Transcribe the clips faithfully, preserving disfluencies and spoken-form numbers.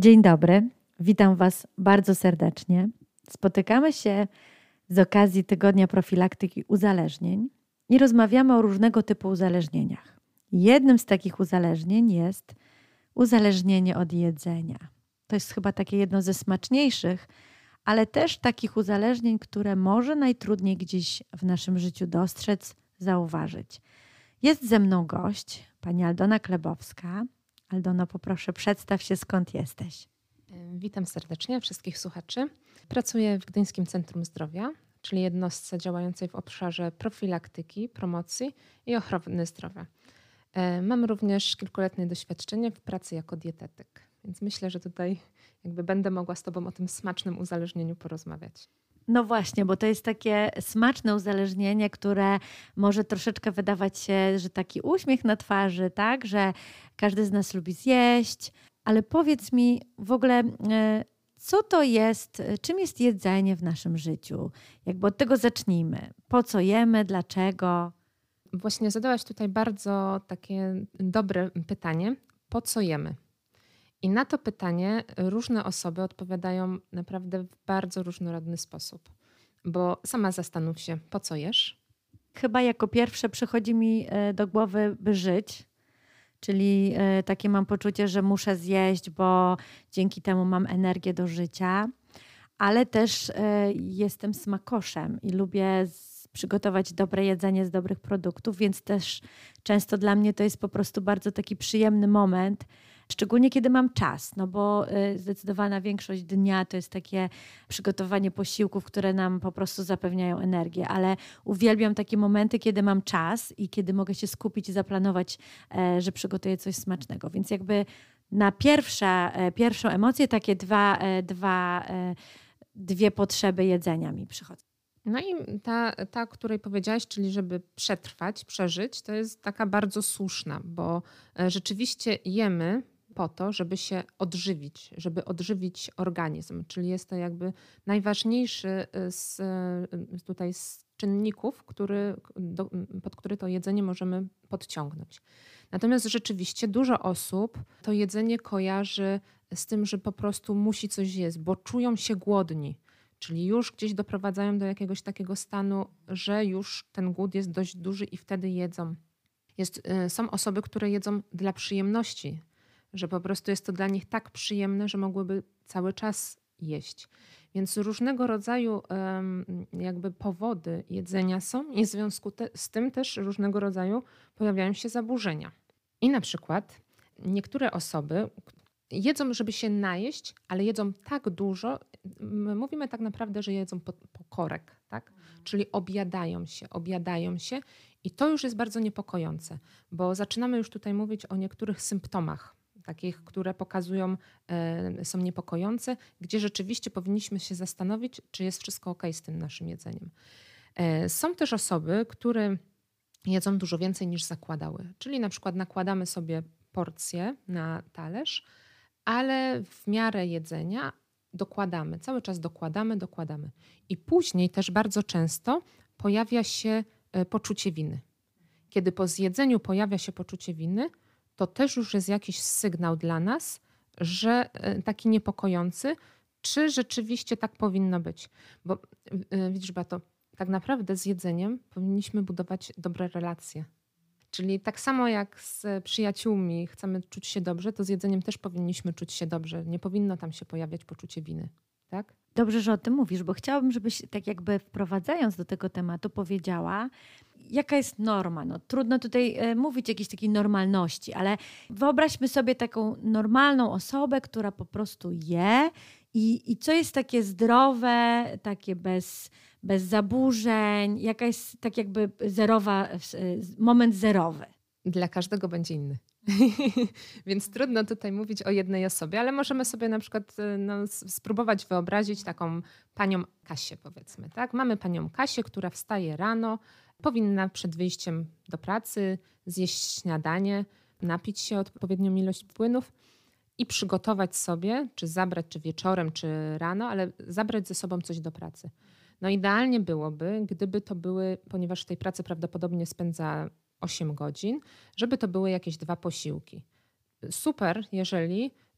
Dzień dobry, witam Was bardzo serdecznie. Spotykamy się z okazji Tygodnia Profilaktyki Uzależnień i rozmawiamy o różnego typu uzależnieniach. Jednym z takich uzależnień jest uzależnienie od jedzenia. To jest chyba takie jedno ze smaczniejszych, ale też takich uzależnień, które może najtrudniej gdzieś w naszym życiu dostrzec, zauważyć. Jest ze mną gość, pani Aldona Klebowska. Aldono, poproszę, przedstaw się, skąd jesteś. Witam serdecznie wszystkich słuchaczy. Pracuję w Gdyńskim Centrum Zdrowia, czyli jednostce działającej w obszarze profilaktyki, promocji i ochrony zdrowia. Mam również kilkuletnie doświadczenie w pracy jako dietetyk, więc myślę, że tutaj jakby będę mogła z Tobą o tym smacznym uzależnieniu porozmawiać. No właśnie, bo to jest takie smaczne uzależnienie, które może troszeczkę wydawać się, że taki uśmiech na twarzy, tak, że każdy z nas lubi zjeść, ale powiedz mi w ogóle, co to jest, czym jest jedzenie w naszym życiu? Jakby od tego zacznijmy. Po co jemy, dlaczego? Właśnie zadałaś tutaj bardzo takie dobre pytanie. Po co jemy? I na to pytanie różne osoby odpowiadają naprawdę w bardzo różnorodny sposób. Bo sama zastanów się, po co jesz? Chyba jako pierwsze przychodzi mi do głowy, by żyć. Czyli takie mam poczucie, że muszę zjeść, bo dzięki temu mam energię do życia. Ale też jestem smakoszem i lubię przygotować dobre jedzenie z dobrych produktów, więc też często dla mnie to jest po prostu bardzo taki przyjemny moment, szczególnie kiedy mam czas, no bo zdecydowana większość dnia to jest takie przygotowanie posiłków, które nam po prostu zapewniają energię, ale uwielbiam takie momenty, kiedy mam czas i kiedy mogę się skupić i zaplanować, że przygotuję coś smacznego. Więc jakby na pierwsza, pierwszą emocję takie dwa, dwa, dwie potrzeby jedzenia mi przychodzą. No i ta, ta, o której powiedziałaś, czyli żeby przetrwać, przeżyć, to jest taka bardzo słuszna, bo rzeczywiście jemy po to, żeby się odżywić, żeby odżywić organizm, czyli jest to jakby najważniejszy z tutaj z czynników, który, do, pod który to jedzenie możemy podciągnąć. Natomiast rzeczywiście dużo osób to jedzenie kojarzy z tym, że po prostu musi coś jeść, bo czują się głodni. Czyli już gdzieś doprowadzają do jakiegoś takiego stanu, że już ten głód jest dość duży i wtedy jedzą. Jest, są osoby, które jedzą dla przyjemności, że po prostu jest to dla nich tak przyjemne, że mogłyby cały czas jeść. Więc różnego rodzaju jakby powody jedzenia są i w związku te, z tym też różnego rodzaju pojawiają się zaburzenia. I na przykład niektóre osoby jedzą, żeby się najeść, ale jedzą tak dużo, my mówimy tak naprawdę, że jedzą po, po korek, tak? Mhm. Czyli objadają się, objadają się i to już jest bardzo niepokojące, bo zaczynamy już tutaj mówić o niektórych symptomach, takich, które pokazują, e, są niepokojące, gdzie rzeczywiście powinniśmy się zastanowić, czy jest wszystko okej z tym naszym jedzeniem. E, są też osoby, które jedzą dużo więcej niż zakładały, czyli na przykład nakładamy sobie porcję na talerz, ale w miarę jedzenia dokładamy, cały czas dokładamy, dokładamy. I później też bardzo często pojawia się poczucie winy. Kiedy po zjedzeniu pojawia się poczucie winy, to też już jest jakiś sygnał dla nas, że taki niepokojący, czy rzeczywiście tak powinno być. Bo widzisz, Beato, tak naprawdę z jedzeniem powinniśmy budować dobre relacje. Czyli tak samo jak z przyjaciółmi chcemy czuć się dobrze, to z jedzeniem też powinniśmy czuć się dobrze. Nie powinno tam się pojawiać poczucie winy, tak? Dobrze, że o tym mówisz, bo chciałabym, żebyś tak jakby wprowadzając do tego tematu powiedziała, jaka jest norma. No, trudno tutaj e, mówić o jakiejś takiej normalności, ale wyobraźmy sobie taką normalną osobę, która po prostu je i, i co jest takie zdrowe, takie bez, bez zaburzeń, jaka jest tak jakby zerowa, moment zerowy. Dla każdego będzie inny. Więc trudno tutaj mówić o jednej osobie, ale możemy sobie na przykład no, spróbować wyobrazić taką panią Kasię, powiedzmy. Tak? Mamy panią Kasię, która wstaje rano, powinna przed wyjściem do pracy zjeść śniadanie, napić się odpowiednią ilość płynów i przygotować sobie, czy zabrać, czy wieczorem, czy rano, ale zabrać ze sobą coś do pracy. No idealnie byłoby, gdyby to były, ponieważ w tej pracy prawdopodobnie spędza osiem godzin, żeby to były jakieś dwa posiłki. Super, jeżeli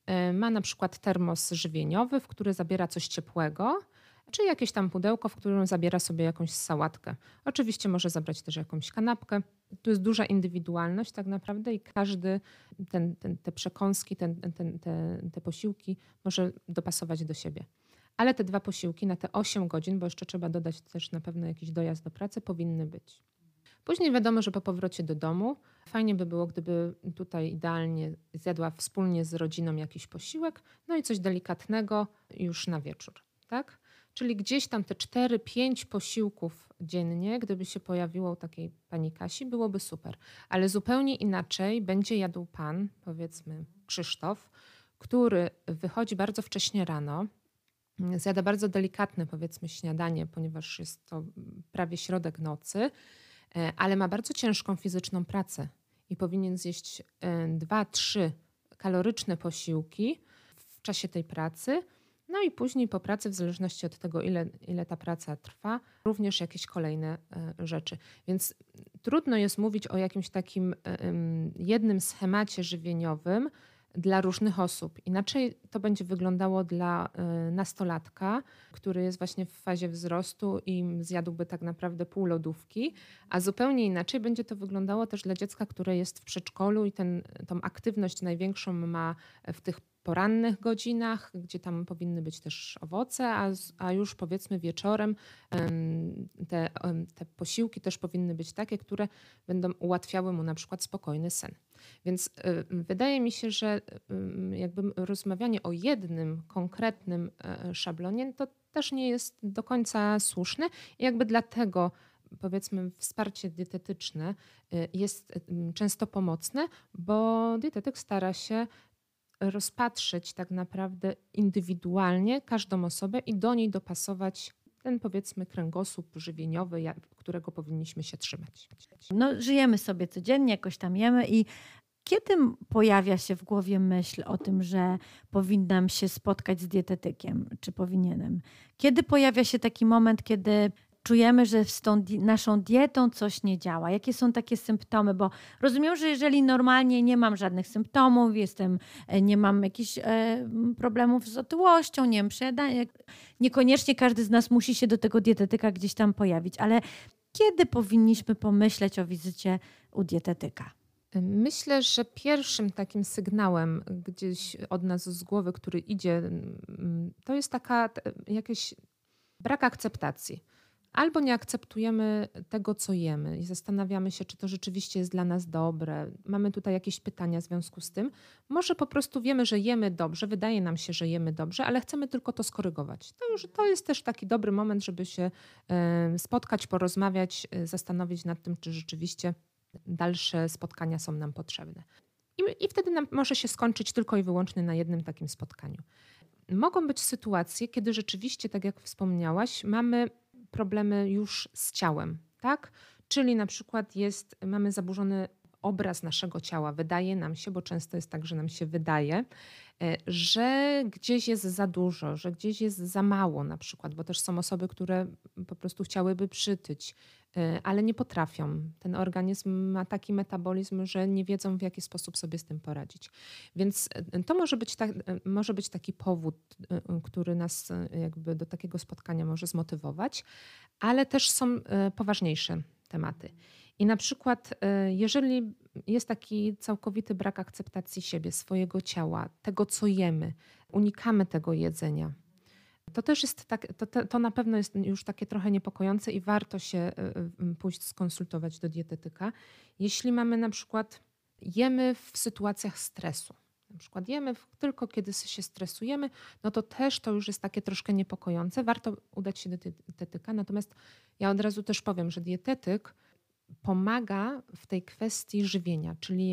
ma na przykład termos żywieniowy, w który zabiera coś ciepłego, czy jakieś tam pudełko, w którym zabiera sobie jakąś sałatkę. Oczywiście może zabrać też jakąś kanapkę. Tu jest duża indywidualność tak naprawdę i każdy ten, ten, te przekąski, ten, ten, te, te posiłki może dopasować do siebie. Ale te dwa posiłki na te osiem godzin, bo jeszcze trzeba dodać też na pewno jakiś dojazd do pracy, powinny być. Później wiadomo, że po powrocie do domu fajnie by było, gdyby tutaj idealnie zjadła wspólnie z rodziną jakiś posiłek, no i coś delikatnego już na wieczór, tak? Czyli gdzieś tam te cztery pięć posiłków dziennie, gdyby się pojawiło u takiej pani Kasi, byłoby super. Ale zupełnie inaczej będzie jadł pan, powiedzmy Krzysztof, który wychodzi bardzo wcześnie rano, zjada bardzo delikatne, powiedzmy, śniadanie, ponieważ jest to prawie środek nocy, ale ma bardzo ciężką fizyczną pracę i powinien zjeść dwa, trzy kaloryczne posiłki w czasie tej pracy. No i później po pracy, w zależności od tego, ile, ile ta praca trwa, również jakieś kolejne rzeczy. Więc trudno jest mówić o jakimś takim jednym schemacie żywieniowym dla różnych osób. Inaczej to będzie wyglądało dla nastolatka, który jest właśnie w fazie wzrostu i zjadłby tak naprawdę pół lodówki, a zupełnie inaczej będzie to wyglądało też dla dziecka, które jest w przedszkolu i ten, tą aktywność największą ma w tych porannych godzinach, gdzie tam powinny być też owoce, a, a już powiedzmy wieczorem te, te posiłki też powinny być takie, które będą ułatwiały mu na przykład spokojny sen. Więc wydaje mi się, że jakby rozmawianie o jednym konkretnym szablonie to też nie jest do końca słuszne i jakby dlatego powiedzmy wsparcie dietetyczne jest często pomocne, bo dietetyk stara się rozpatrzyć tak naprawdę indywidualnie każdą osobę i do niej dopasować ten powiedzmy kręgosłup żywieniowy, którego powinniśmy się trzymać. No, żyjemy sobie codziennie, jakoś tam jemy i kiedy pojawia się w głowie myśl o tym, że powinnam się spotkać z dietetykiem, czy powinienem? Kiedy pojawia się taki moment, kiedy czujemy, że z tą di- naszą dietą coś nie działa? Jakie są takie symptomy? Bo rozumiem, że jeżeli normalnie nie mam żadnych symptomów, jestem, nie mam jakichś e, problemów z otyłością, nie wiem, przejadania, niekoniecznie każdy z nas musi się do tego dietetyka gdzieś tam pojawić, ale kiedy powinniśmy pomyśleć o wizycie u dietetyka? Myślę, że pierwszym takim sygnałem gdzieś od nas z głowy, który idzie, to jest taka jakiś brak akceptacji. Albo nie akceptujemy tego, co jemy i zastanawiamy się, czy to rzeczywiście jest dla nas dobre. Mamy tutaj jakieś pytania w związku z tym. Może po prostu wiemy, że jemy dobrze, wydaje nam się, że jemy dobrze, ale chcemy tylko to skorygować. To, już, to jest też taki dobry moment, żeby się spotkać, porozmawiać, zastanowić nad tym, czy rzeczywiście dalsze spotkania są nam potrzebne. I, i wtedy nam może się skończyć tylko i wyłącznie na jednym takim spotkaniu. Mogą być sytuacje, kiedy rzeczywiście, tak jak wspomniałaś, mamy problemy już z ciałem, tak? Czyli na przykład jest, mamy zaburzony obraz naszego ciała. Wydaje nam się, bo często jest tak, że nam się wydaje, że gdzieś jest za dużo, że gdzieś jest za mało na przykład, bo też są osoby, które po prostu chciałyby przytyć, ale nie potrafią. Ten organizm ma taki metabolizm, że nie wiedzą, w jaki sposób sobie z tym poradzić. Więc to może być, tak, może być taki powód, który nas jakby do takiego spotkania może zmotywować, ale też są poważniejsze tematy. I na przykład jeżeli jest taki całkowity brak akceptacji siebie, swojego ciała, tego co jemy, unikamy tego jedzenia, to też jest tak, to, to na pewno jest już takie trochę niepokojące i warto się pójść skonsultować do dietetyka. Jeśli mamy na przykład, jemy w sytuacjach stresu, na przykład jemy tylko kiedy się stresujemy, no to też to już jest takie troszkę niepokojące. Warto udać się do dietetyka. Natomiast ja od razu też powiem, że dietetyk pomaga w tej kwestii żywienia, czyli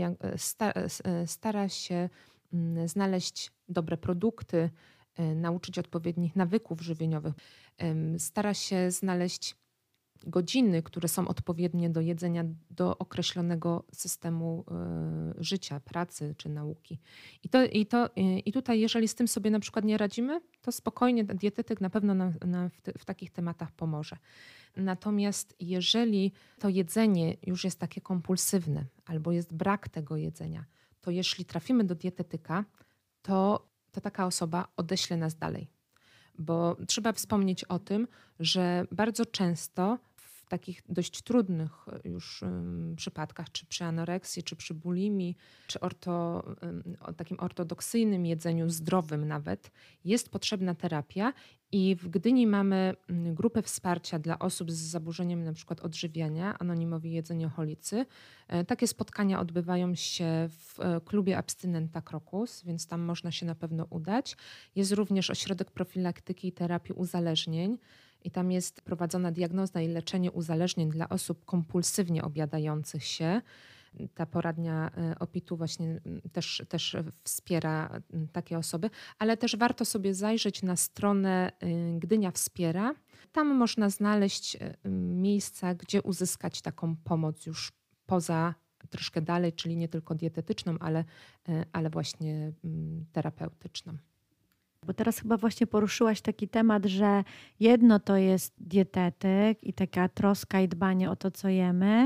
stara się znaleźć dobre produkty, nauczyć odpowiednich nawyków żywieniowych, stara się znaleźć godziny, które są odpowiednie do jedzenia, do określonego systemu życia, pracy czy nauki. I, to, i, to, i tutaj, jeżeli z tym sobie na przykład nie radzimy, to spokojnie dietetyk na pewno nam, nam w, te, w takich tematach pomoże. Natomiast jeżeli to jedzenie już jest takie kompulsywne albo jest brak tego jedzenia, to jeśli trafimy do dietetyka, to, to taka osoba odeśle nas dalej. Bo trzeba wspomnieć o tym, że bardzo często w takich dość trudnych już um, przypadkach, czy przy anoreksji, czy przy bulimii, czy orto, um, o takim ortodoksyjnym jedzeniu, zdrowym nawet, jest potrzebna terapia i w Gdyni mamy grupę wsparcia dla osób z zaburzeniem na przykład odżywiania, anonimowi jedzenioholicy. Takie spotkania odbywają się w klubie Abstynenta Krokus, więc tam można się na pewno udać. Jest również ośrodek profilaktyki i terapii uzależnień i tam jest prowadzona diagnoza i leczenie uzależnień dla osób kompulsywnie obiadających się. Ta poradnia O P I T-u właśnie też, też wspiera takie osoby, ale też warto sobie zajrzeć na stronę Gdynia Wspiera. Tam można znaleźć miejsca, gdzie uzyskać taką pomoc już poza, troszkę dalej, czyli nie tylko dietetyczną, ale, ale właśnie terapeutyczną. Bo teraz chyba właśnie poruszyłaś taki temat, że jedno to jest dietetyk i taka troska i dbanie o to, co jemy,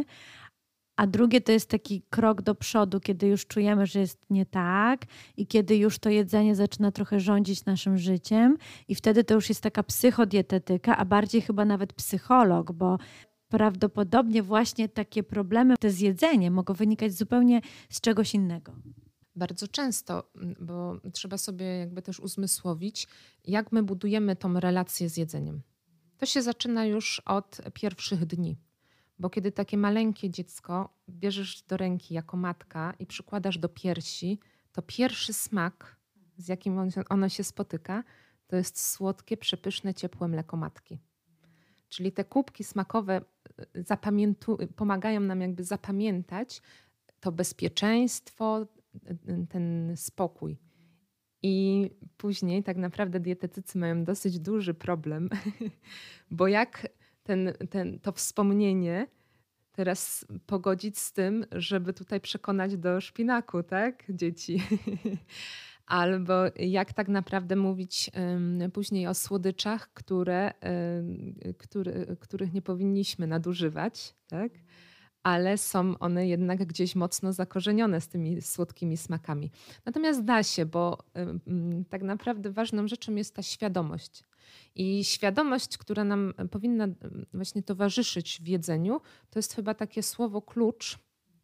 a drugie to jest taki krok do przodu, kiedy już czujemy, że jest nie tak i kiedy już to jedzenie zaczyna trochę rządzić naszym życiem i wtedy to już jest taka psychodietetyka, a bardziej chyba nawet psycholog, bo prawdopodobnie właśnie takie problemy te z jedzeniem mogą wynikać zupełnie z czegoś innego. Bardzo często, bo trzeba sobie jakby też uzmysłowić, jak my budujemy tą relację z jedzeniem. To się zaczyna już od pierwszych dni. Bo kiedy takie maleńkie dziecko bierzesz do ręki jako matka i przykładasz do piersi, to pierwszy smak, z jakim ono się spotyka, to jest słodkie, przepyszne, ciepłe mleko matki. Czyli te kubki smakowe zapamiętu- pomagają nam jakby zapamiętać to bezpieczeństwo, ten spokój. I później tak naprawdę dietetycy mają dosyć duży problem, bo jak ten, ten, to wspomnienie teraz pogodzić z tym, żeby tutaj przekonać do szpinaku, tak, dzieci. Albo jak tak naprawdę mówić um, później o słodyczach, które, um, który, których nie powinniśmy nadużywać, tak? Ale są one jednak gdzieś mocno zakorzenione z tymi słodkimi smakami. Natomiast da się, bo um, tak naprawdę ważną rzeczą jest ta świadomość. I świadomość, która nam powinna właśnie towarzyszyć w jedzeniu, to jest chyba takie słowo klucz,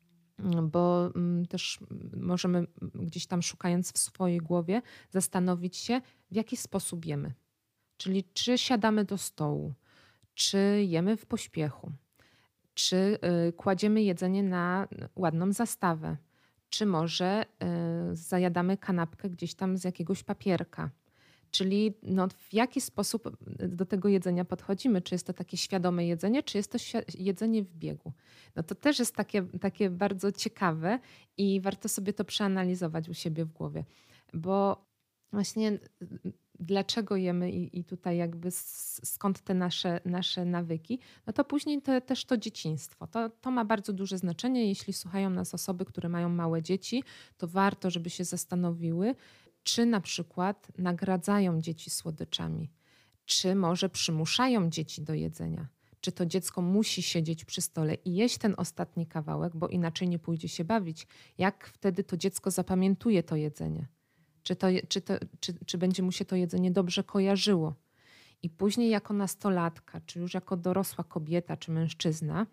bo też możemy gdzieś tam szukając w swojej głowie zastanowić się, w jaki sposób jemy. Czyli czy siadamy do stołu, czy jemy w pośpiechu, czy kładziemy jedzenie na ładną zastawę, czy może zajadamy kanapkę gdzieś tam z jakiegoś papierka. Czyli no, w jaki sposób do tego jedzenia podchodzimy? Czy jest to takie świadome jedzenie, czy jest to jedzenie w biegu? No to też jest takie, takie bardzo ciekawe i warto sobie to przeanalizować u siebie w głowie. Bo właśnie dlaczego jemy i, i tutaj jakby skąd te nasze, nasze nawyki, no to później to, też to dzieciństwo. To, to ma bardzo duże znaczenie. Jeśli słuchają nas osoby, które mają małe dzieci, to warto, żeby się zastanowiły, czy na przykład nagradzają dzieci słodyczami, czy może przymuszają dzieci do jedzenia, czy to dziecko musi siedzieć przy stole i jeść ten ostatni kawałek, bo inaczej nie pójdzie się bawić. Jak wtedy to dziecko zapamiętuje to jedzenie? Czy, to, czy, to, czy, czy będzie mu się to jedzenie dobrze kojarzyło? I później jako nastolatka, czy już jako dorosła kobieta, czy mężczyzna,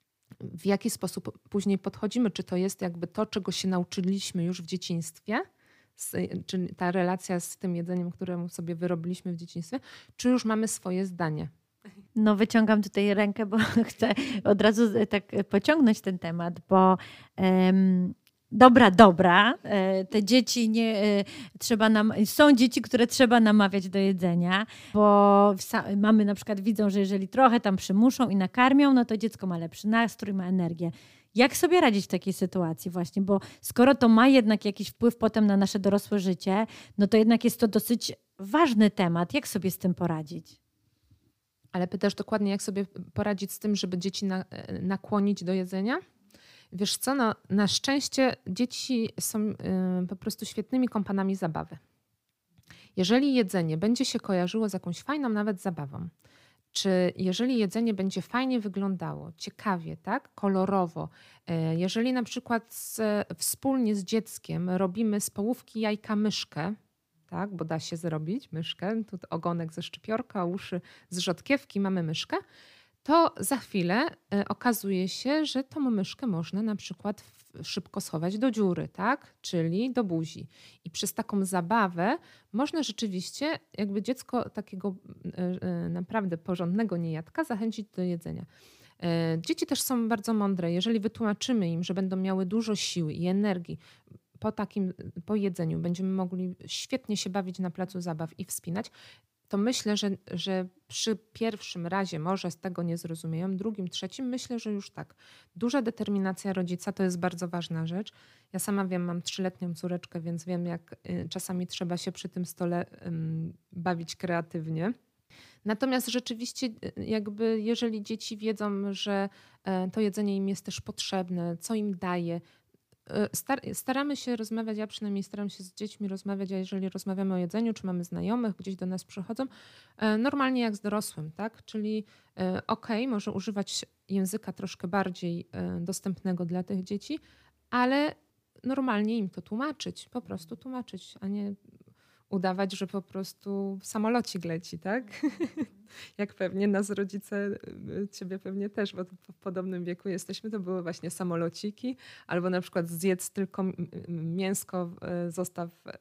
w jaki sposób później podchodzimy? Czy to jest jakby to, czego się nauczyliśmy już w dzieciństwie, czyli ta relacja z tym jedzeniem, któremu sobie wyrobiliśmy w dzieciństwie, czy już mamy swoje zdanie? No wyciągam tutaj rękę, bo chcę od razu tak pociągnąć ten temat, bo um, dobra, dobra, te dzieci nie trzeba nam, są dzieci, które trzeba namawiać do jedzenia, bo mamy na przykład widzą, że jeżeli trochę tam przymuszą i nakarmią, no to dziecko ma lepszy nastrój, ma energię. Jak sobie radzić w takiej sytuacji właśnie? Bo skoro to ma jednak jakiś wpływ potem na nasze dorosłe życie, no to jednak jest to dosyć ważny temat. Jak sobie z tym poradzić? Ale pytasz dokładnie, jak sobie poradzić z tym, żeby dzieci na, nakłonić do jedzenia? Wiesz co, no, na szczęście dzieci są y, po prostu świetnymi kompanami zabawy. Jeżeli jedzenie będzie się kojarzyło z jakąś fajną nawet zabawą, Czy jeżeli jedzenie będzie fajnie wyglądało, ciekawie, tak, kolorowo, e, jeżeli na przykład z, wspólnie z dzieckiem robimy z połówki jajka myszkę, tak, bo da się zrobić myszkę, tu ogonek ze szczypiorka, uszy z rzodkiewki, mamy myszkę, to za chwilę e, okazuje się, że tą myszkę można na przykład w- szybko schować do dziury, tak? Czyli do buzi. I przez taką zabawę można rzeczywiście jakby dziecko takiego e, e, naprawdę porządnego niejadka zachęcić do jedzenia. E, Dzieci też są bardzo mądre. Jeżeli wytłumaczymy im, że będą miały dużo siły i energii po takim po jedzeniu, będziemy mogli świetnie się bawić na placu zabaw i wspinać, to myślę, że, że przy pierwszym razie może z tego nie zrozumieją, drugim, trzecim myślę, że już tak. Duża determinacja rodzica to jest bardzo ważna rzecz. Ja sama wiem, mam trzyletnią córeczkę, więc wiem, jak y, czasami trzeba się przy tym stole ym, bawić kreatywnie. Natomiast rzeczywiście y, jakby jeżeli dzieci wiedzą, że e, to jedzenie im jest też potrzebne, co im daje, e, star staramy się rozmawiać, ja przynajmniej staram się z dziećmi rozmawiać, a jeżeli rozmawiamy o jedzeniu, czy mamy znajomych, gdzieś do nas przychodzą, e, normalnie jak z dorosłym, tak? Czyli e, okej, może używać języka troszkę bardziej e, dostępnego dla tych dzieci, ale normalnie im to tłumaczyć, po prostu tłumaczyć, a nie udawać, że po prostu samolocik leci, tak? Jak pewnie nas rodzice, y, ciebie pewnie też, bo w podobnym wieku jesteśmy, to były właśnie samolociki, albo na przykład zjedz tylko m- m- mięsko, y, zostaw y,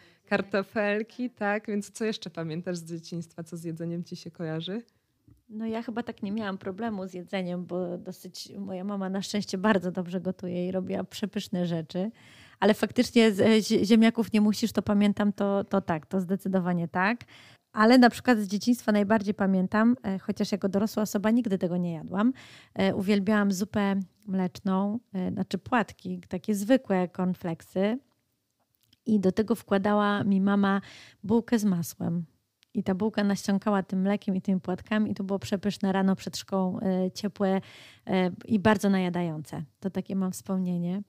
kartofelki, tak? Więc co jeszcze pamiętasz z dzieciństwa, co z jedzeniem ci się kojarzy? No ja chyba tak nie miałam problemu z jedzeniem, bo dosyć moja mama na szczęście bardzo dobrze gotuje i robiła przepyszne rzeczy. Ale faktycznie z zi- ziemniaków nie musisz, to pamiętam, to, to tak, to zdecydowanie tak. Ale na przykład z dzieciństwa najbardziej pamiętam, e, chociaż jako dorosła osoba nigdy tego nie jadłam, e, uwielbiałam zupę mleczną, e, znaczy płatki, takie zwykłe cornflakesy i do tego wkładała mi mama bułkę z masłem. I ta bułka nasiąkała tym mlekiem i tymi płatkami i to było przepyszne rano przed szkołą, e, ciepłe e, i bardzo najadające. To takie mam wspomnienie.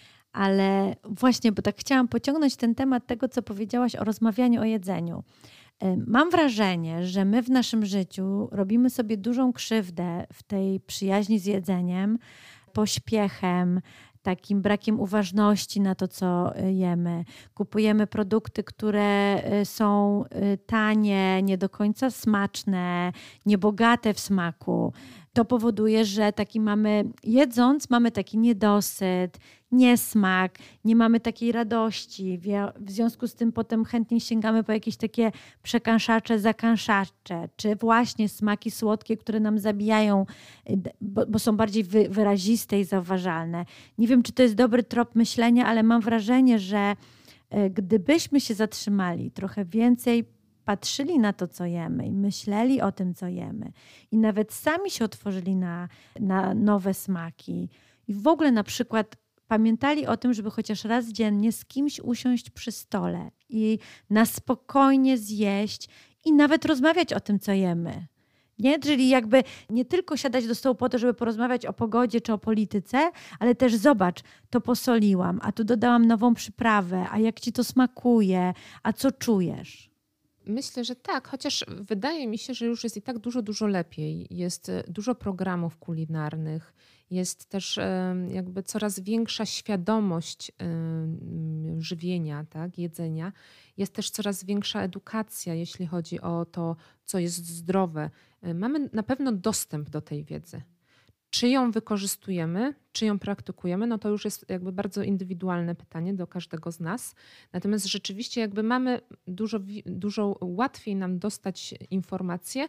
Ale właśnie, bo tak chciałam pociągnąć ten temat tego, co powiedziałaś o rozmawianiu o jedzeniu. E, Mam wrażenie, że my w naszym życiu robimy sobie dużą krzywdę w tej przyjaźni z jedzeniem, pośpiechem, takim brakiem uważności na to, co y, jemy. Kupujemy produkty, które y, są y, tanie, nie do końca smaczne, niebogate w smaku. To powoduje, że taki mamy, jedząc, mamy taki niedosyt, niesmak, nie mamy takiej radości. Wie- W związku z tym potem chętnie sięgamy po jakieś takie przekąszacze, zakąszacze, czy właśnie smaki słodkie, które nam zabijają, y, d- bo, bo są bardziej wy, wyraziste i zauważalne. Nie wiem, czy to jest dobry trop myślenia, ale mam wrażenie, że e, gdybyśmy się zatrzymali, trochę więcej patrzyli na to, co jemy i myśleli o tym, co jemy i nawet sami się otworzyli na, na nowe smaki i w ogóle na przykład pamiętali o tym, żeby chociaż raz dziennie z kimś usiąść przy stole i na spokojnie zjeść i nawet rozmawiać o tym, co jemy. Nie? Czyli jakby nie tylko siadać do stołu po to, żeby porozmawiać o pogodzie czy o polityce, ale też zobacz, to posoliłam, a tu dodałam nową przyprawę, a jak ci to smakuje, a co czujesz? Myślę, że tak, chociaż wydaje mi się, że już jest i tak dużo, dużo lepiej. Jest e, dużo programów kulinarnych, jest też e, jakby coraz większa świadomość e, m, żywienia, tak, jedzenia. Jest też coraz większa edukacja, jeśli chodzi o to, co jest zdrowe. E, Mamy na pewno dostęp do tej wiedzy. Czy ją wykorzystujemy, czy ją praktykujemy, no to już jest jakby bardzo indywidualne pytanie do każdego z nas. Natomiast rzeczywiście jakby mamy dużo, wi- dużo łatwiej nam dostać informacje,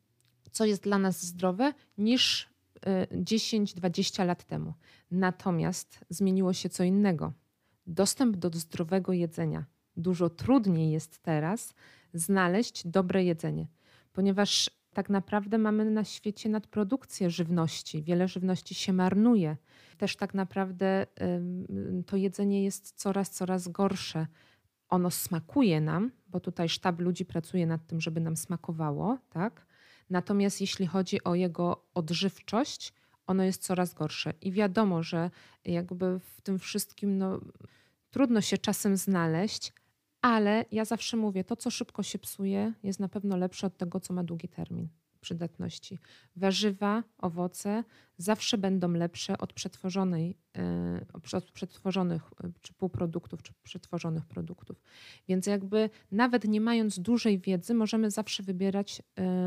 co jest dla nas zdrowe, niż y, dziesięć dwadzieścia lat temu. Natomiast zmieniło się co innego. Dostęp do zdrowego jedzenia. Dużo trudniej jest teraz znaleźć dobre jedzenie, ponieważ tak naprawdę mamy na świecie nadprodukcję żywności. Wiele żywności się marnuje. Też tak naprawdę ym, to jedzenie jest coraz, coraz gorsze. Ono smakuje nam, bo tutaj sztab ludzi pracuje nad tym, żeby nam smakowało, tak? Natomiast jeśli chodzi o jego odżywczość, ono jest coraz gorsze. I wiadomo, że jakby w tym wszystkim no, trudno się czasem znaleźć, ale ja zawsze mówię, to co szybko się psuje jest na pewno lepsze od tego, co ma długi termin. przydatności. Warzywa, owoce zawsze będą lepsze od przetworzonej, od przetworzonych czy półproduktów, czy przetworzonych produktów. Więc jakby nawet nie mając dużej wiedzy, możemy zawsze wybierać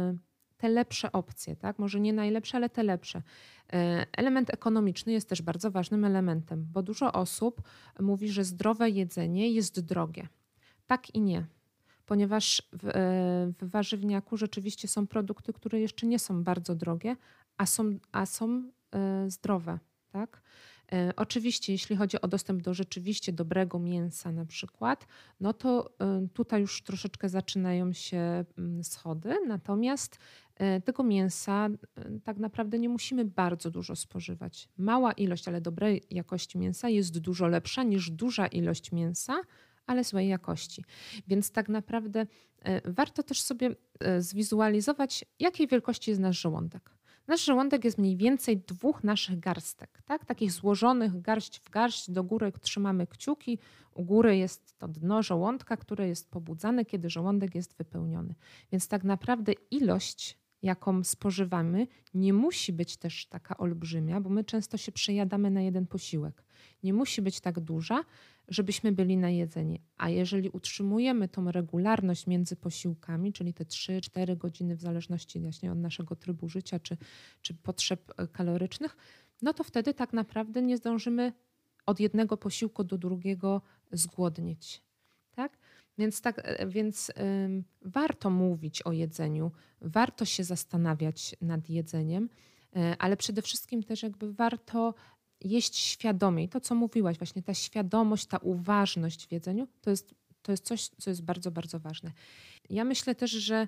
te lepsze opcje, tak? Może nie najlepsze, ale te lepsze. Element ekonomiczny jest też bardzo ważnym elementem, bo dużo osób mówi, że zdrowe jedzenie jest drogie. Tak i nie. Ponieważ w, w warzywniaku rzeczywiście są produkty, które jeszcze nie są bardzo drogie, a są, a są zdrowe. Tak? Oczywiście, jeśli chodzi o dostęp do rzeczywiście dobrego mięsa na przykład, no to tutaj już troszeczkę zaczynają się schody, natomiast tego mięsa tak naprawdę nie musimy bardzo dużo spożywać. Mała ilość, ale dobrej jakości mięsa jest dużo lepsza niż duża ilość mięsa, ale złej jakości. Więc tak naprawdę warto też sobie zwizualizować, jakiej wielkości jest nasz żołądek. Nasz żołądek jest mniej więcej dwóch naszych garstek, tak? Takich złożonych garść w garść, do góry trzymamy kciuki, u góry jest to dno żołądka, które jest pobudzane, kiedy żołądek jest wypełniony. Więc tak naprawdę ilość, jaką spożywamy, nie musi być też taka olbrzymia, bo my często się przejadamy na jeden posiłek. Nie musi być tak duża, żebyśmy byli najedzeni. A jeżeli utrzymujemy tą regularność między posiłkami, czyli te trzy cztery godziny w zależności właśnie od naszego trybu życia czy, czy potrzeb kalorycznych, no to wtedy tak naprawdę nie zdążymy od jednego posiłku do drugiego zgłodnieć. Tak? Więc, tak, więc ym, warto mówić o jedzeniu, warto się zastanawiać nad jedzeniem, yy, ale przede wszystkim też jakby warto jeść świadomie. I to, co mówiłaś, właśnie ta świadomość, ta uważność w jedzeniu, to jest, to jest coś, co jest bardzo, bardzo ważne. Ja myślę też, że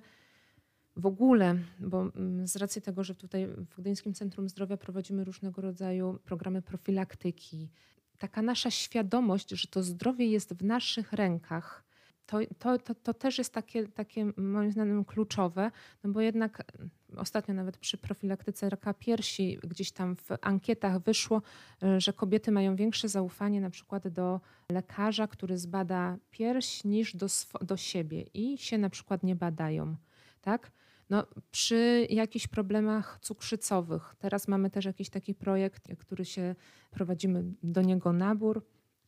w ogóle, bo z racji tego, że tutaj w Gdyńskim Centrum Zdrowia prowadzimy różnego rodzaju programy profilaktyki, taka nasza świadomość, że to zdrowie jest w naszych rękach, to, to, to, to też jest takie, takie moim zdaniem kluczowe, no bo jednak ostatnio nawet przy profilaktyce raka piersi gdzieś tam w ankietach wyszło, że kobiety mają większe zaufanie na przykład do lekarza, który zbada pierś niż do, sw- do siebie i się na przykład nie badają. Tak? No, przy jakichś problemach cukrzycowych, teraz mamy też jakiś taki projekt, który się prowadzimy do niego nabór.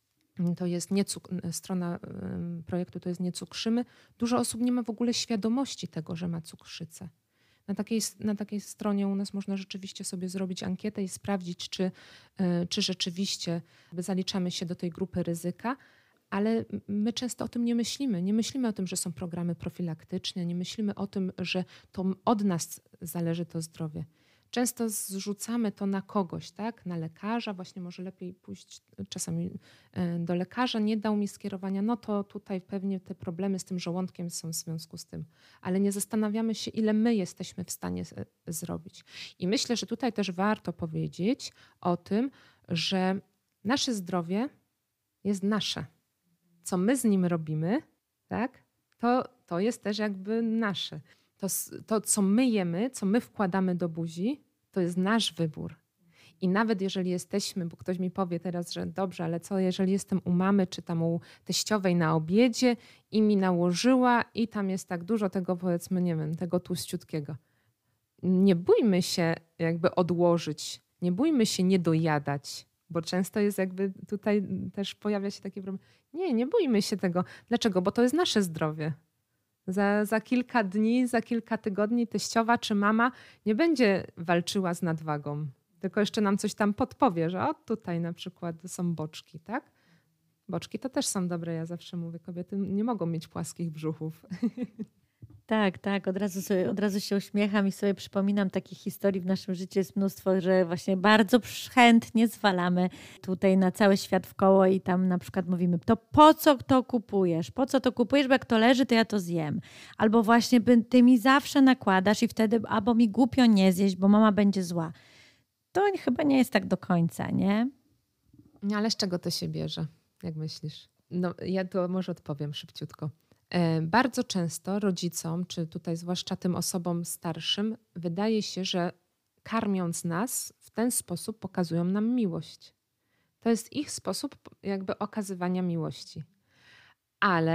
To jest nie cuk- strona projektu to jest Nie cukrzymy. Dużo osób nie ma w ogóle świadomości tego, że ma cukrzycę. Na takiej, na takiej stronie u nas można rzeczywiście sobie zrobić ankietę i sprawdzić, czy, czy rzeczywiście zaliczamy się do tej grupy ryzyka, ale my często o tym nie myślimy. Nie myślimy o tym, że są programy profilaktyczne, nie myślimy o tym, że to od nas zależy to zdrowie. Często zrzucamy to na kogoś, tak? Na lekarza, właśnie może lepiej pójść czasami do lekarza, nie dał mi skierowania, no to tutaj pewnie te problemy z tym żołądkiem są w związku z tym. Ale nie zastanawiamy się, ile my jesteśmy w stanie z- zrobić. I myślę, że tutaj też warto powiedzieć o tym, że nasze zdrowie jest nasze. Co my z nim robimy, tak? To, to jest też jakby nasze. To, to, co my jemy, co my wkładamy do buzi, to jest nasz wybór. I nawet jeżeli jesteśmy, bo ktoś mi powie teraz, że dobrze, ale co jeżeli jestem u mamy czy tam u teściowej na obiedzie i mi nałożyła i tam jest tak dużo tego, powiedzmy, nie wiem, tego tłuściutkiego. Nie bójmy się jakby odłożyć, nie bójmy się nie dojadać, bo często jest jakby tutaj też pojawia się taki problem. Nie, nie bójmy się tego. Dlaczego? Bo to jest nasze zdrowie. Za, za kilka dni, za kilka tygodni teściowa czy mama nie będzie walczyła z nadwagą, tylko jeszcze nam coś tam podpowie, że o tutaj na przykład są boczki, tak? Boczki to też są dobre, ja zawsze mówię, kobiety nie mogą mieć płaskich brzuchów. Tak, tak, od razu, sobie, od razu się uśmiecham i sobie przypominam takich historii w naszym życiu jest mnóstwo, że właśnie bardzo chętnie zwalamy tutaj na cały świat w koło i tam na przykład mówimy, to po co to kupujesz? Po co to kupujesz, bo jak to leży, to ja to zjem. Albo właśnie ty mi zawsze nakładasz i wtedy albo mi głupio nie zjeść, bo mama będzie zła. To chyba nie jest tak do końca, nie? Ale z czego to się bierze, jak myślisz? No ja to może odpowiem szybciutko. Bardzo często rodzicom, czy tutaj zwłaszcza tym osobom starszym, wydaje się, że karmiąc nas w ten sposób pokazują nam miłość. To jest ich sposób jakby okazywania miłości. Ale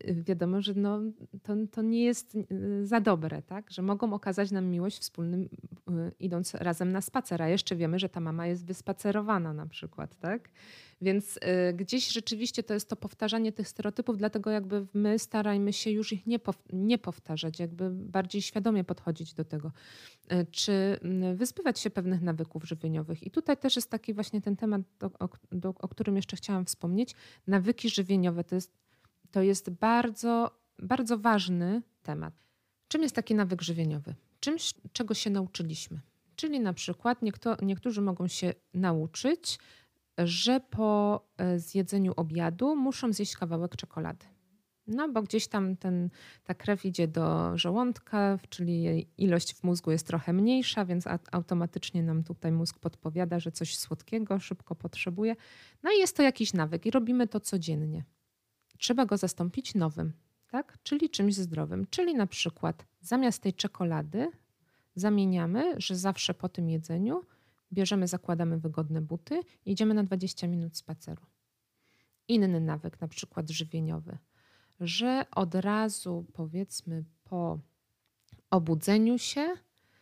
wiadomo, że no, to, to nie jest za dobre, tak? Że mogą okazać nam miłość wspólnym, idąc razem na spacer, a jeszcze wiemy, że ta mama jest wyspacerowana na przykład, tak? Więc y, gdzieś rzeczywiście to jest to powtarzanie tych stereotypów, dlatego jakby my starajmy się już ich nie, pow, nie powtarzać, jakby bardziej świadomie podchodzić do tego. Y, czy y, wyzbywać się pewnych nawyków żywieniowych. I tutaj też jest taki właśnie ten temat, do, o, do, o którym jeszcze chciałam wspomnieć. Nawyki żywieniowe to jest, to jest bardzo, bardzo ważny temat. Czym jest taki nawyk żywieniowy? Czymś, czego się nauczyliśmy. Czyli na przykład niekto, niektórzy mogą się nauczyć, że po zjedzeniu obiadu muszą zjeść kawałek czekolady. No bo gdzieś tam ten, ta krew idzie do żołądka, czyli jej ilość w mózgu jest trochę mniejsza, więc automatycznie nam tutaj mózg podpowiada, że coś słodkiego szybko potrzebuje. No i jest to jakiś nawyk i robimy to codziennie. Trzeba go zastąpić nowym, tak? Czyli czymś zdrowym. Czyli na przykład zamiast tej czekolady zamieniamy, że zawsze po tym jedzeniu bierzemy, zakładamy wygodne buty i idziemy na dwadzieścia minut spaceru. Inny nawyk, na przykład żywieniowy, że od razu powiedzmy po obudzeniu się,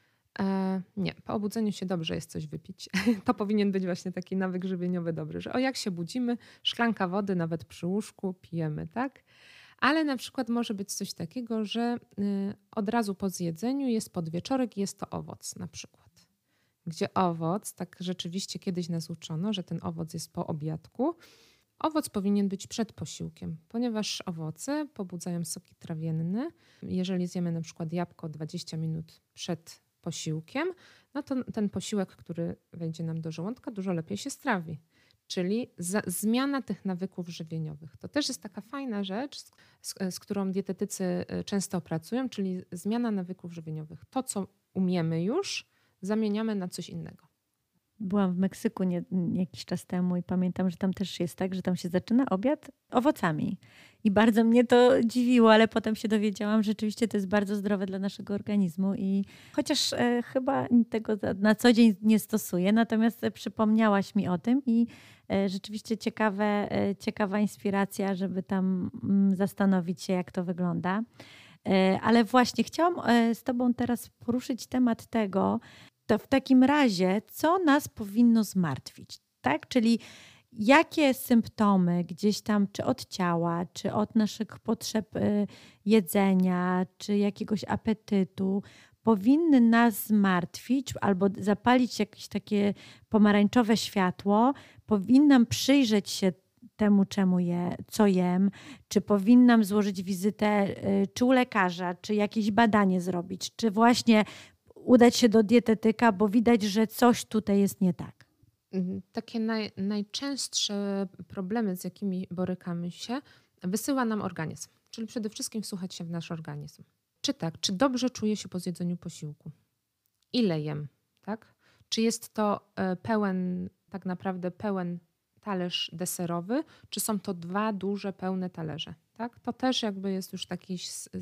e, nie, po obudzeniu się dobrze jest coś wypić. To powinien być właśnie taki nawyk żywieniowy dobry, że o jak się budzimy, szklanka wody nawet przy łóżku pijemy, tak? Ale na przykład może być coś takiego, że y, od razu po zjedzeniu jest podwieczorek i jest to owoc na przykład. Gdzie owoc, tak rzeczywiście kiedyś nas uczono, że ten owoc jest po obiadku. Owoc powinien być przed posiłkiem, ponieważ owoce pobudzają soki trawienne. Jeżeli zjemy na przykład jabłko dwadzieścia minut przed posiłkiem, no to ten posiłek, który wejdzie nam do żołądka, dużo lepiej się strawi. Czyli za, zmiana tych nawyków żywieniowych. To też jest taka fajna rzecz, z, z, z którą dietetycy często pracują, czyli zmiana nawyków żywieniowych. To, co umiemy już, zamieniamy na coś innego. Byłam w Meksyku nie, jakiś czas temu i pamiętam, że tam też jest tak, że tam się zaczyna obiad owocami. I bardzo mnie to dziwiło, ale potem się dowiedziałam, że rzeczywiście to jest bardzo zdrowe dla naszego organizmu. I chociaż e, chyba tego na co dzień nie stosuję, natomiast przypomniałaś mi o tym i e, rzeczywiście ciekawe, e, ciekawa inspiracja, żeby tam mm, zastanowić się, jak to wygląda. E, ale właśnie chciałam e, z tobą teraz poruszyć temat tego, to w takim razie, co nas powinno zmartwić, tak? Czyli jakie symptomy gdzieś tam, czy od ciała, czy od naszych potrzeb jedzenia, czy jakiegoś apetytu, powinny nas zmartwić albo zapalić jakieś takie pomarańczowe światło, powinnam przyjrzeć się temu, czemu je, co jem, czy powinnam złożyć wizytę, czy u lekarza, czy jakieś badanie zrobić, czy właśnie udać się do dietetyka, bo widać, że coś tutaj jest nie tak. Takie naj, najczęstsze problemy, z jakimi borykamy się, wysyła nam organizm. Czyli przede wszystkim wsłuchać się w nasz organizm. Czy tak, czy dobrze czuję się po zjedzeniu posiłku? Ile jem? Tak? Czy jest to pełen, tak naprawdę pełen talerz deserowy, czy są to dwa duże, pełne talerze? Tak? To też jakby jest już taki,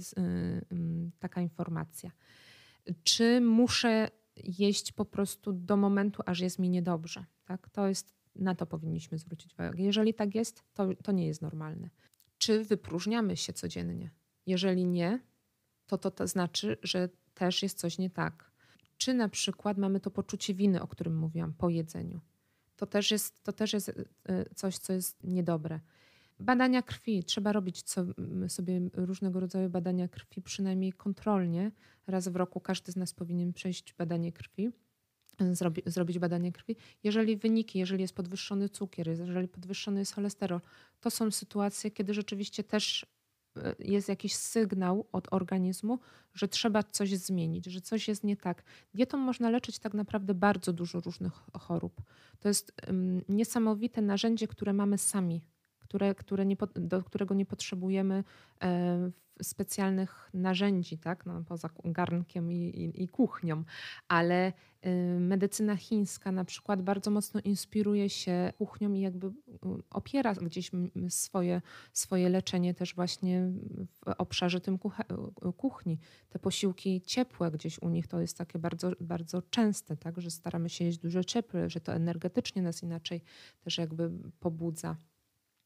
taka informacja. Czy muszę jeść po prostu do momentu, aż jest mi niedobrze? Tak? To jest, na to powinniśmy zwrócić uwagę. Jeżeli tak jest, to, to nie jest normalne. Czy wypróżniamy się codziennie? Jeżeli nie, to, to to znaczy, że też jest coś nie tak. Czy na przykład mamy to poczucie winy, o którym mówiłam, po jedzeniu? To też jest, to też jest coś, co jest niedobre. Badania krwi. Trzeba robić co, sobie różnego rodzaju badania krwi, przynajmniej kontrolnie. Raz w roku każdy z nas powinien przejść badanie krwi, zrobi, zrobić badanie krwi. Jeżeli wyniki, jeżeli jest podwyższony cukier, jeżeli podwyższony jest cholesterol, to są sytuacje, kiedy rzeczywiście też jest jakiś sygnał od organizmu, że trzeba coś zmienić, że coś jest nie tak. Dietą można leczyć tak naprawdę bardzo dużo różnych chorób. To jest um, niesamowite narzędzie, które mamy sami, które, które nie, do którego nie potrzebujemy e, specjalnych narzędzi, tak? No, poza garnkiem i, i, i kuchnią, ale e, medycyna chińska na przykład bardzo mocno inspiruje się kuchnią i jakby opiera gdzieś swoje, swoje leczenie też właśnie w obszarze tym kuchni. Te posiłki ciepłe gdzieś u nich to jest takie bardzo, bardzo częste, tak? Że staramy się jeść dużo ciepłe, że to energetycznie nas inaczej też jakby pobudza.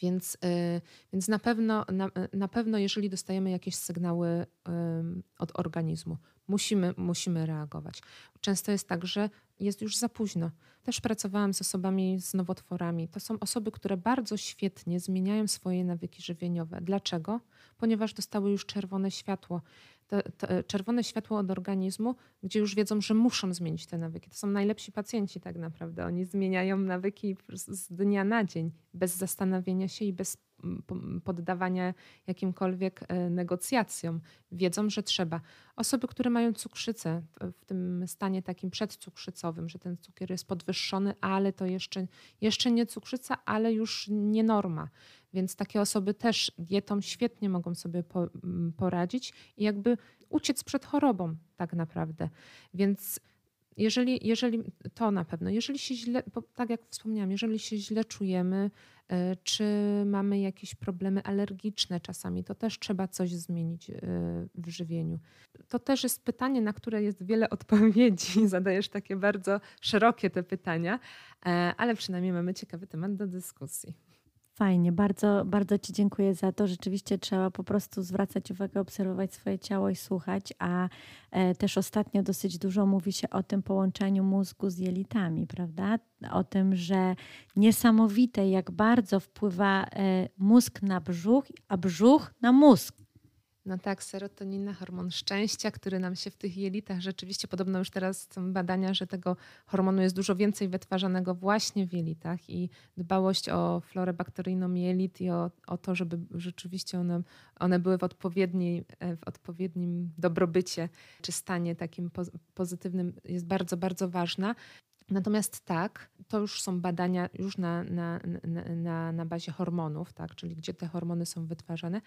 Więc, yy, więc na pewno, na, na pewno, jeżeli dostajemy jakieś sygnały yy, od organizmu, musimy, musimy reagować. Często jest tak, że jest już za późno. Też pracowałam z osobami z nowotworami. To są osoby, które bardzo świetnie zmieniają swoje nawyki żywieniowe. Dlaczego? Ponieważ dostały już czerwone światło. To, to, czerwone światło od organizmu, gdzie już wiedzą, że muszą zmienić te nawyki. To są najlepsi pacjenci tak naprawdę. Oni zmieniają nawyki z dnia na dzień, bez zastanowienia się i bez poddawania jakimkolwiek negocjacjom. Wiedzą, że trzeba. Osoby, które mają cukrzycę w tym stanie takim przedcukrzycowym, że ten cukier jest podwyższony, ale to jeszcze, jeszcze nie cukrzyca, ale już nie norma. Więc takie osoby też dietą świetnie mogą sobie po, poradzić i jakby uciec przed chorobą tak naprawdę. Więc jeżeli, jeżeli to na pewno, jeżeli się źle, bo tak jak wspomniałam, jeżeli się źle czujemy, czy mamy jakieś problemy alergiczne czasami, to też trzeba coś zmienić w żywieniu. To też jest pytanie, na które jest wiele odpowiedzi. Zadajesz takie bardzo szerokie te pytania, ale przynajmniej mamy ciekawy temat do dyskusji. Fajnie, bardzo, bardzo Ci dziękuję za to. Rzeczywiście trzeba po prostu zwracać uwagę, obserwować swoje ciało i słuchać, a e, też ostatnio dosyć dużo mówi się o tym połączeniu mózgu z jelitami, prawda? O tym, że niesamowite, jak bardzo wpływa e, mózg na brzuch, a brzuch na mózg. No tak, serotonina, hormon szczęścia, który nam się w tych jelitach rzeczywiście, podobno już teraz są badania, że tego hormonu jest dużo więcej wytwarzanego właśnie w jelitach i dbałość o florę bakteryjną jelit i o, o to, żeby rzeczywiście one, one były w, odpowiedniej, w odpowiednim dobrobycie czy stanie takim pozytywnym jest bardzo, bardzo ważna. Natomiast tak, to już są badania już na, na, na, na, na bazie hormonów, tak, czyli gdzie te hormony są wytwarzane.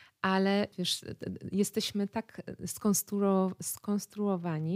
Ale wiesz, jesteśmy tak skonstruo- skonstruowani,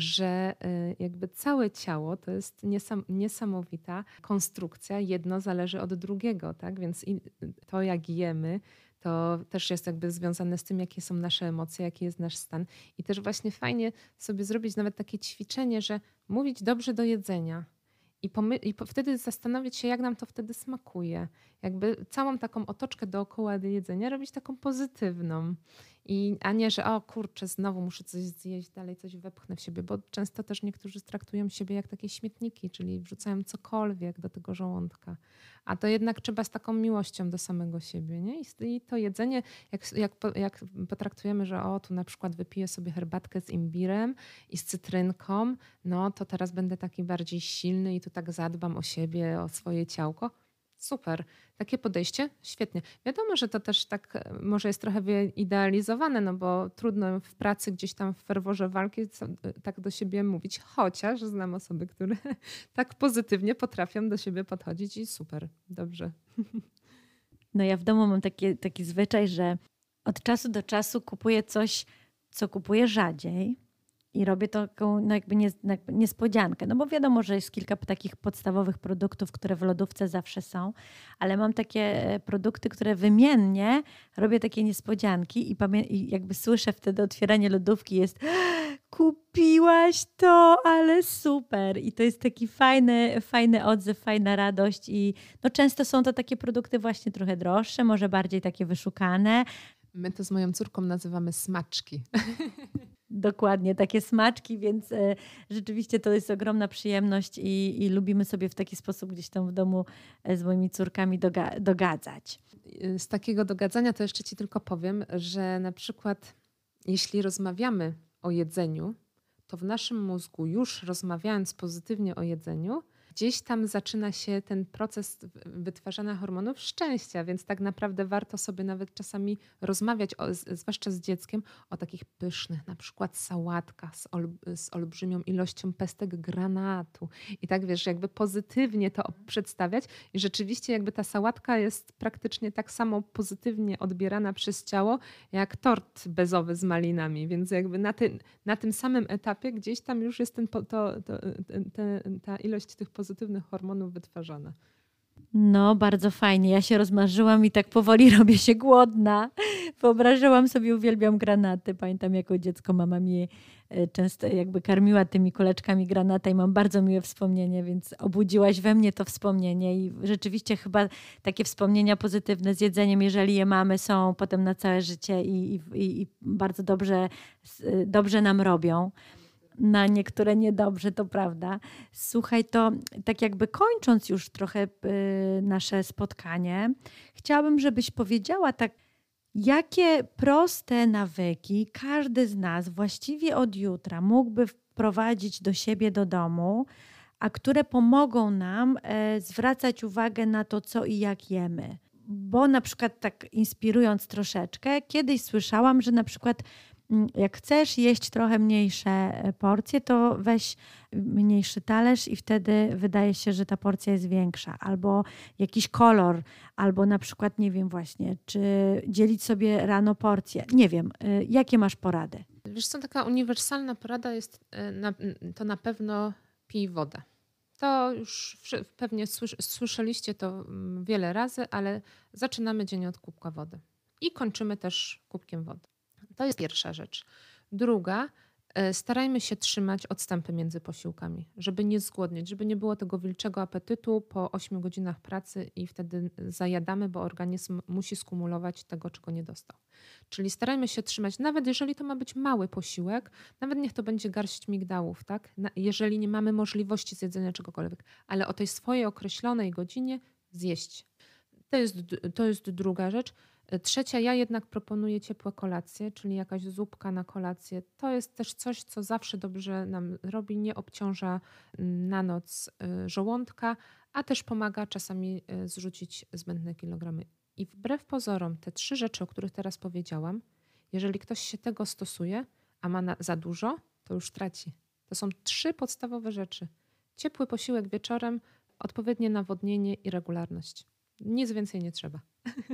że jakby całe ciało to jest niesam- niesamowita konstrukcja, jedno zależy od drugiego, tak? Więc to jak jemy, to też jest jakby związane z tym, jakie są nasze emocje, jaki jest nasz stan. I też właśnie fajnie sobie zrobić nawet takie ćwiczenie, że mówić dobrze do jedzenia. I, pomy- I po- wtedy zastanowić się, jak nam to wtedy smakuje. Jakby całą taką otoczkę dookoła jedzenia robić taką pozytywną. I, a nie, że o kurczę, znowu muszę coś zjeść, dalej coś wepchnę w siebie, bo często też niektórzy traktują siebie jak takie śmietniki, czyli wrzucają cokolwiek do tego żołądka. A to jednak trzeba z taką miłością do samego siebie. Nie? I to jedzenie, jak, jak, jak potraktujemy, że o, tu na przykład wypiję sobie herbatkę z imbirem i z cytrynką, no to teraz będę taki bardziej silny i tu tak zadbam o siebie, o swoje ciałko. Super. Takie podejście? Świetnie. Wiadomo, że to też tak może jest trochę wyidealizowane, no bo trudno w pracy gdzieś tam w ferworze walki tak do siebie mówić, chociaż znam osoby, które tak pozytywnie potrafią do siebie podchodzić i super, dobrze. No ja w domu mam taki, taki zwyczaj, że od czasu do czasu kupuję coś, co kupuję rzadziej. I robię taką no jakby, nie, jakby niespodziankę, no bo wiadomo, że jest kilka takich podstawowych produktów, które w lodówce zawsze są, ale mam takie produkty, które wymiennie robię takie niespodzianki i, pamię- i jakby słyszę wtedy otwieranie lodówki jest kupiłaś to, ale super. I to jest taki fajny, fajny odzew, fajna radość i no często są to takie produkty właśnie trochę droższe, może bardziej takie wyszukane. My to z moją córką nazywamy smaczki. Dokładnie, takie smaczki, więc e, rzeczywiście to jest ogromna przyjemność i, i lubimy sobie w taki sposób gdzieś tam w domu e, z moimi córkami doga- dogadzać. Z takiego dogadzania to jeszcze Ci tylko powiem, że na przykład jeśli rozmawiamy o jedzeniu, to w naszym mózgu już rozmawiając pozytywnie o jedzeniu, gdzieś tam zaczyna się ten proces wytwarzania hormonów szczęścia, więc tak naprawdę warto sobie nawet czasami rozmawiać, o, zwłaszcza z dzieckiem, o takich pysznych, na przykład sałatkach z, ol, z olbrzymią ilością pestek granatu. I tak wiesz, jakby pozytywnie to przedstawiać i rzeczywiście jakby ta sałatka jest praktycznie tak samo pozytywnie odbierana przez ciało, jak tort bezowy z malinami, więc jakby na, ty, na tym samym etapie gdzieś tam już jest ten, to, to, to, te, ta ilość tych pozytywnych hormonów wytwarzana. No, bardzo fajnie. Ja się rozmarzyłam i tak powoli robię się głodna. Wyobrażałam sobie, uwielbiam granaty. Pamiętam, jako dziecko mama mnie często jakby karmiła tymi kuleczkami granata i mam bardzo miłe wspomnienie, więc obudziłaś we mnie to wspomnienie i rzeczywiście chyba takie wspomnienia pozytywne z jedzeniem, jeżeli je mamy, są potem na całe życie i, i, i bardzo dobrze, dobrze nam robią. Na niektóre niedobrze, to prawda. Słuchaj, to tak jakby kończąc już trochę nasze spotkanie, chciałabym, żebyś powiedziała tak, jakie proste nawyki każdy z nas właściwie od jutra mógłby wprowadzić do siebie do domu, a które pomogą nam zwracać uwagę na to, co i jak jemy. Bo na przykład tak inspirując troszeczkę, kiedyś słyszałam, że na przykład jak chcesz jeść trochę mniejsze porcje, to weź mniejszy talerz i wtedy wydaje się, że ta porcja jest większa. Albo jakiś kolor, albo na przykład, nie wiem właśnie, czy dzielić sobie rano porcje. Nie wiem, jakie masz porady? Wiesz co, taka uniwersalna porada jest, to na pewno pij wodę. To już pewnie słyszeliście to wiele razy, ale zaczynamy dzień od kubka wody. I kończymy też kubkiem wody. To jest pierwsza rzecz. Druga, starajmy się trzymać odstępy między posiłkami, żeby nie zgłodnieć, żeby nie było tego wilczego apetytu po ośmiu godzinach pracy i wtedy zajadamy, bo organizm musi skumulować tego, czego nie dostał. Czyli starajmy się trzymać, nawet jeżeli to ma być mały posiłek, nawet niech to będzie garść migdałów, tak? Jeżeli nie mamy możliwości zjedzenia czegokolwiek, ale o tej swojej określonej godzinie zjeść. To jest, to jest druga rzecz. Trzecia, ja jednak proponuję ciepłe kolacje, czyli jakaś zupka na kolację. To jest też coś, co zawsze dobrze nam robi, nie obciąża na noc żołądka, a też pomaga czasami zrzucić zbędne kilogramy. I wbrew pozorom te trzy rzeczy, o których teraz powiedziałam, jeżeli ktoś się tego stosuje, a ma na, za dużo, to już traci. To są trzy podstawowe rzeczy. Ciepły posiłek wieczorem, odpowiednie nawodnienie i regularność. Nic więcej nie trzeba.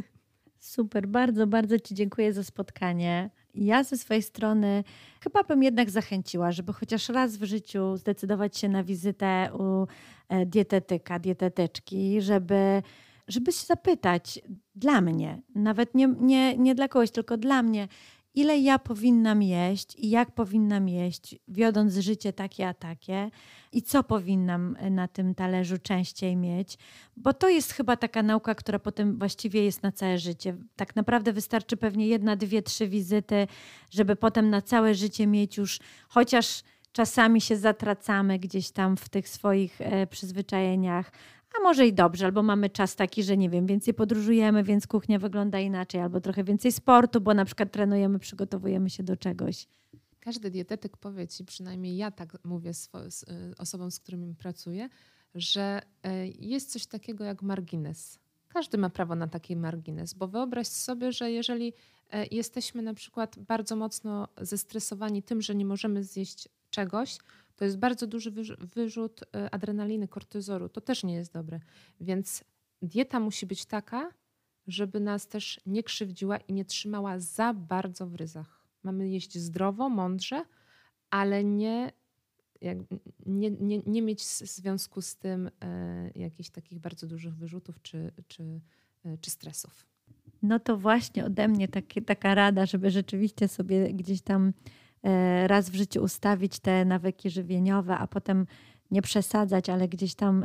Super, bardzo, bardzo Ci dziękuję za spotkanie. Ja ze swojej strony chyba bym jednak zachęciła, żeby chociaż raz w życiu zdecydować się na wizytę u dietetyka, dietetyczki, żeby, żeby się zapytać dla mnie, nawet nie, nie, nie dla kogoś, tylko dla mnie, ile ja powinnam jeść i jak powinnam jeść, wiodąc życie takie a takie i co powinnam na tym talerzu częściej mieć, bo to jest chyba taka nauka, która potem właściwie jest na całe życie. Tak naprawdę wystarczy pewnie jedna, dwie, trzy wizyty, żeby potem na całe życie mieć już, chociaż czasami się zatracamy gdzieś tam w tych swoich e, przyzwyczajeniach, a może i dobrze, albo mamy czas taki, że nie wiem, więcej podróżujemy, więc kuchnia wygląda inaczej, albo trochę więcej sportu, bo na przykład trenujemy, przygotowujemy się do czegoś. Każdy dietetyk powie ci, przynajmniej ja tak mówię swo- z osobom, z którymi pracuję, że jest coś takiego jak margines. Każdy ma prawo na taki margines, bo wyobraź sobie, że jeżeli jesteśmy na przykład bardzo mocno zestresowani tym, że nie możemy zjeść czegoś, to jest bardzo duży wyrzut adrenaliny, kortyzolu. To też nie jest dobre. Więc dieta musi być taka, żeby nas też nie krzywdziła i nie trzymała za bardzo w ryzach. Mamy jeść zdrowo, mądrze, ale nie, jak, nie, nie, nie mieć w związku z tym e, jakichś takich bardzo dużych wyrzutów czy, czy, e, czy stresów. No to właśnie ode mnie takie, taka rada, żeby rzeczywiście sobie gdzieś tam raz w życiu ustawić te nawyki żywieniowe, a potem nie przesadzać, ale gdzieś tam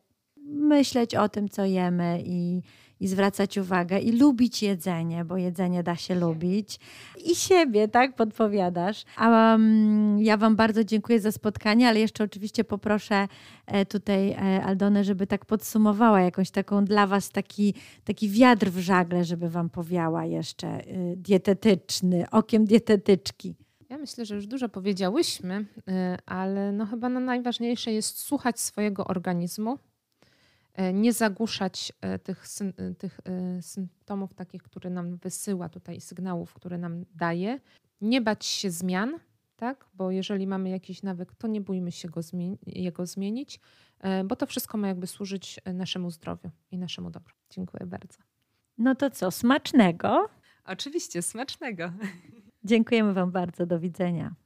myśleć o tym, co jemy i, i zwracać uwagę i lubić jedzenie, bo jedzenie da się lubić. I siebie, tak, podpowiadasz. A um, ja Wam bardzo dziękuję za spotkanie, ale jeszcze oczywiście poproszę tutaj Aldonę, żeby tak podsumowała jakąś taką dla Was taki, taki wiatr w żagle, żeby Wam powiała jeszcze dietetyczny, okiem dietetyczki. Ja myślę, że już dużo powiedziałyśmy, ale no chyba no najważniejsze jest słuchać swojego organizmu, nie zagłuszać tych, tych symptomów takich, które nam wysyła tutaj, sygnałów, które nam daje, nie bać się zmian, tak? Bo jeżeli mamy jakiś nawyk, to nie bójmy się go zmieni- jego zmienić, bo to wszystko ma jakby służyć naszemu zdrowiu i naszemu dobru. Dziękuję bardzo. No to co, smacznego? Oczywiście, smacznego. Dziękujemy Wam bardzo. Do widzenia.